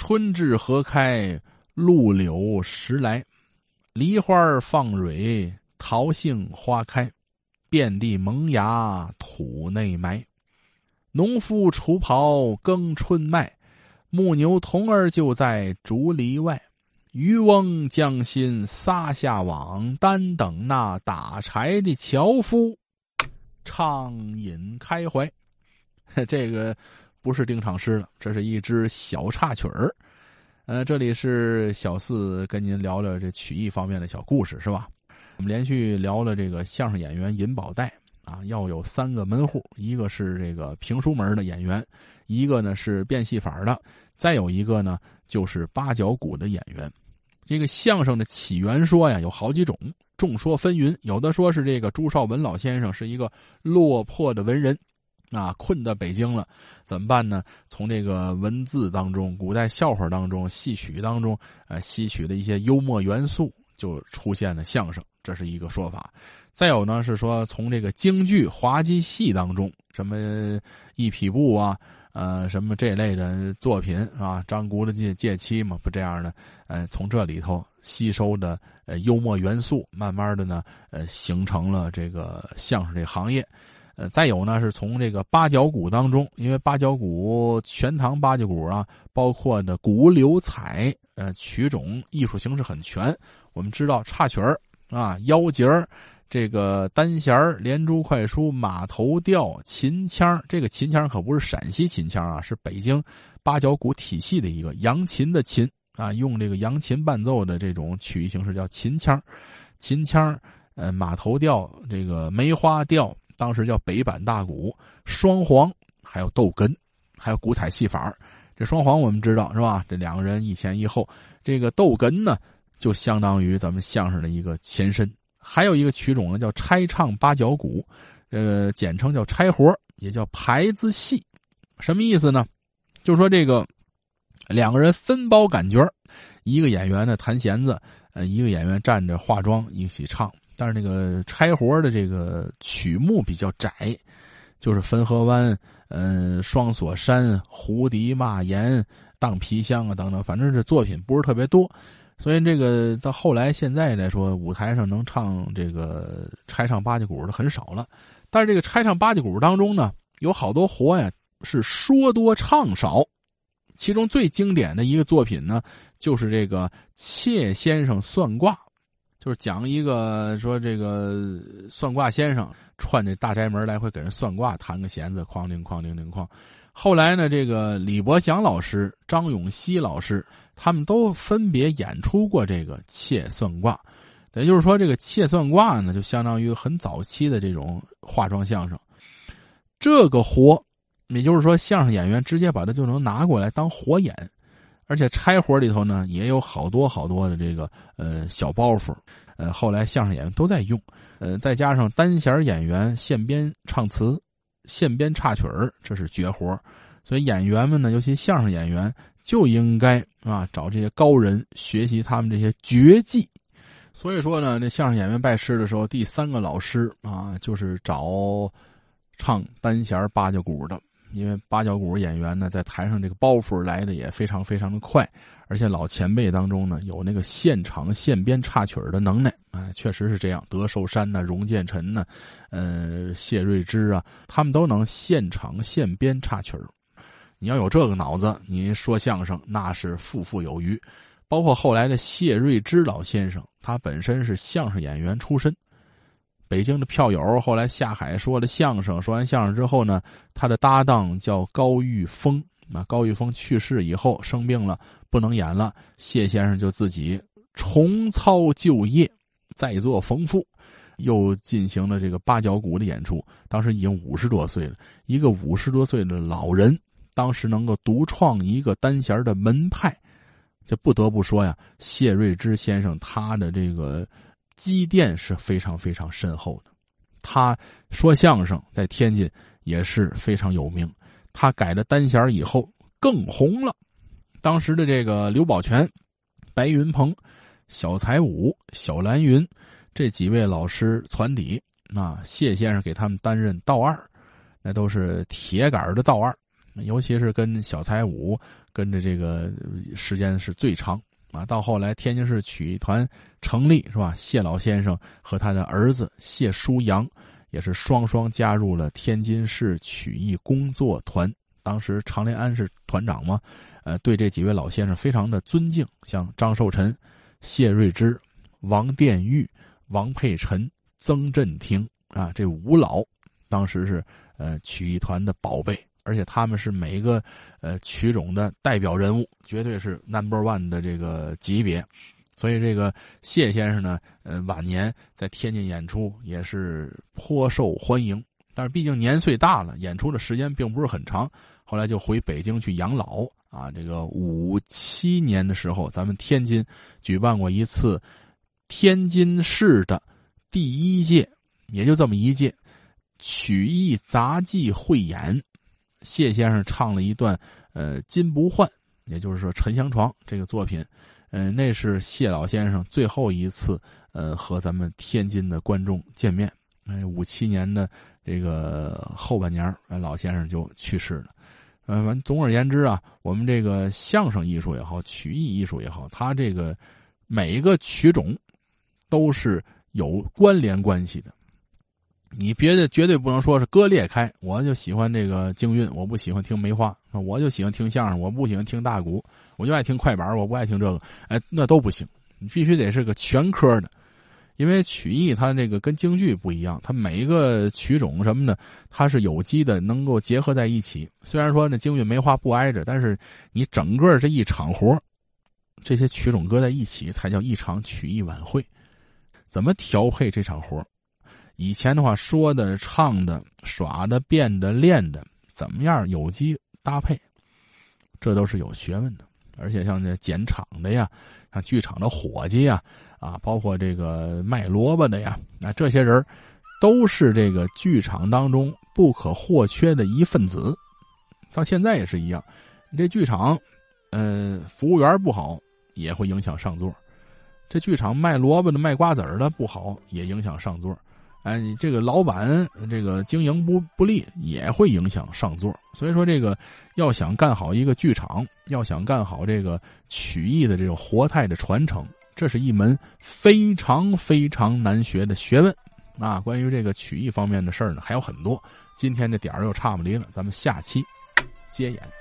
春至荷开，陆柳时来，梨花放蕊，桃杏花开，遍地萌芽土内埋。农夫锄刨耕春麦，牧牛童儿就在竹篱外。渔翁将心撒下网，单等那打柴的樵夫畅饮开怀。这个不是定场诗了，这是一支小插曲儿。这里是小四跟您聊聊这曲艺方面的小故事，是吧？我们连续聊了这个相声演员尹宝岱啊，要有3个门户，一个是这个评书门的演员，一个呢是变戏法的，再有一个呢就是八角鼓的演员。这个相声的起源说呀有好几种，众说纷纭。有的说是这个朱绍文老先生是一个落魄的文人啊，困在北京了，怎么办呢？从这个文字当中、古代笑话当中、戏曲当中吸取的一些幽默元素，就出现了相声，这是一个说法。再有呢是说从这个京剧滑稽戏当中，什么一匹布啊，什么这类的作品啊，张姑的借妻嘛，不这样的，从这里头吸收的幽默元素，慢慢的呢，形成了这个相声这个行业。再有呢是从这个八角鼓当中，因为八角鼓全唐八角鼓啊，包括的鼓柳彩，曲种艺术形式很全。我们知道插曲儿啊、腰节儿。这个单弦儿、连珠快书、马头调、秦腔，这个秦腔可不是陕西秦腔啊，是北京八角鼓体系的一个扬琴的琴啊，用这个扬琴伴奏的这种曲艺形式叫秦腔。秦腔，马头调，这个梅花调，当时叫北板大鼓，双簧，还有逗哏，还有古彩戏法。这双簧我们知道是吧？这2个人一前一后，这个逗哏呢，就相当于咱们相声的一个前身。还有一个曲种呢，叫拆唱八角鼓，简称叫拆活，也叫牌子戏。什么意思呢？就是说这个2个人分包感觉，一个演员呢弹弦子，一个演员站着化妆一起唱。但是那个拆活的这个曲目比较窄，就是汾河湾、双锁山、胡笛骂言、荡皮箱啊等等，反正这作品不是特别多。所以这个到后来现在来说，舞台上能唱这个拆唱八角鼓的很少了。但是这个拆唱八角鼓当中呢，有好多活呀是说多唱少。其中最经典的一个作品呢，就是这个切先生算卦，就是讲一个说这个算卦先生串这大宅门来回给人算卦，弹个弦子，哐铃哐铃铃哐。后来呢，这个李伯祥老师、张永熙老师，他们都分别演出过这个切算卦。也就是说，这个切算卦呢，就相当于很早期的这种化妆相声。这个活，也就是说，相声演员直接把它就能拿过来当活演，而且拆活里头呢，也有好多好多的这个小包袱。后来相声演员都在用。再加上单弦演员现编唱词。现编插曲儿，这是绝活。所以演员们呢，尤其相声演员就应该找这些高人学习他们这些绝技。所以说呢，这相声演员拜师的时候，第3个老师就是找唱单弦八角鼓的，因为八角鼓演员呢在台上这个包袱来的也非常非常的快，而且老前辈当中呢有那个现场现编插曲儿的能耐。确实是这样，德寿山呢、荣建臣呢、谢瑞之啊，他们都能现场现编插曲儿。你要有这个脑子，你说相声那是富富有余。包括后来的谢瑞之老先生，他本身是相声演员出身。北京的票友后来下海说了相声，说完相声之后呢，他的搭档叫高玉峰。高玉峰去世以后生病了，不能演了，谢先生就自己重操旧业，再做缝复，又进行了这个八角鼓的演出。当时已经50多岁了，一个50多岁的老人，当时能够独创一个单弦的门派，这不得不说呀，谢瑞之先生他的这个积淀是非常非常深厚的。他说相声在天津也是非常有名，他改了单弦以后更红了。当时的这个刘宝全、白云鹏、小才武、小蓝云这几位老师传底，谢先生给他们担任道二，那都是铁杆的道二。 尤其是跟小才武跟着这个时间是最长啊。到后来天津市曲艺团成立是吧？谢老先生和他的儿子谢书阳也是双双加入了天津市曲艺工作团。当时常连安是团长嘛，对这几位老先生非常的尊敬，像张寿臣、谢瑞之、王殿玉、王佩臣、曾振廷啊，这五老当时是曲艺团的宝贝，而且他们是每一个曲种的代表人物，绝对是 No.1 的这个级别。所以这个谢先生呢，晚年在天津演出也是颇受欢迎。但是毕竟年岁大了，演出的时间并不是很长，后来就回北京去养老啊。这个57年的时候，咱们天津举办过一次天津市的第一届，也就这么一届曲艺杂技汇演，谢先生唱了一段金不换，也就是说沉香床这个作品，那是谢老先生最后一次和咱们天津的观众见面。57年的这个后半年，老先生就去世了。反正总而言之啊，我们这个相声艺术也好，曲艺艺术也好，它这个每一个曲种都是有关联关系的。你别的绝对不能说是割裂开，我就喜欢这个京韵，我不喜欢听梅花；我就喜欢听相声，我不喜欢听大鼓；我就爱听快板，我不爱听这个。那都不行，你必须得是个全科的。因为曲艺它这个跟京剧不一样，它每一个曲种什么的，它是有机的，能够结合在一起。虽然说那京韵梅花不挨着，但是你整个这一场活，这些曲种搁在一起，才叫一场曲艺晚会。怎么调配这场活？以前的话说的、唱的、耍的、变的、练的，怎么样有机搭配，这都是有学问的。而且像这剪场的呀，像剧场的伙计呀，包括这个卖萝卜的呀，这些人都是这个剧场当中不可或缺的一份子。到现在也是一样，你这剧场，服务员不好，也会影响上座；这剧场卖萝卜的、卖瓜子儿的不好，也影响上座。你这个老板这个经营不利，也会影响上座。所以说，这个要想干好一个剧场，要想干好这个曲艺的这种活态的传承，这是一门非常非常难学的学问啊！关于这个曲艺方面的事儿呢，还有很多。今天这点儿又差不离了，咱们下期接演。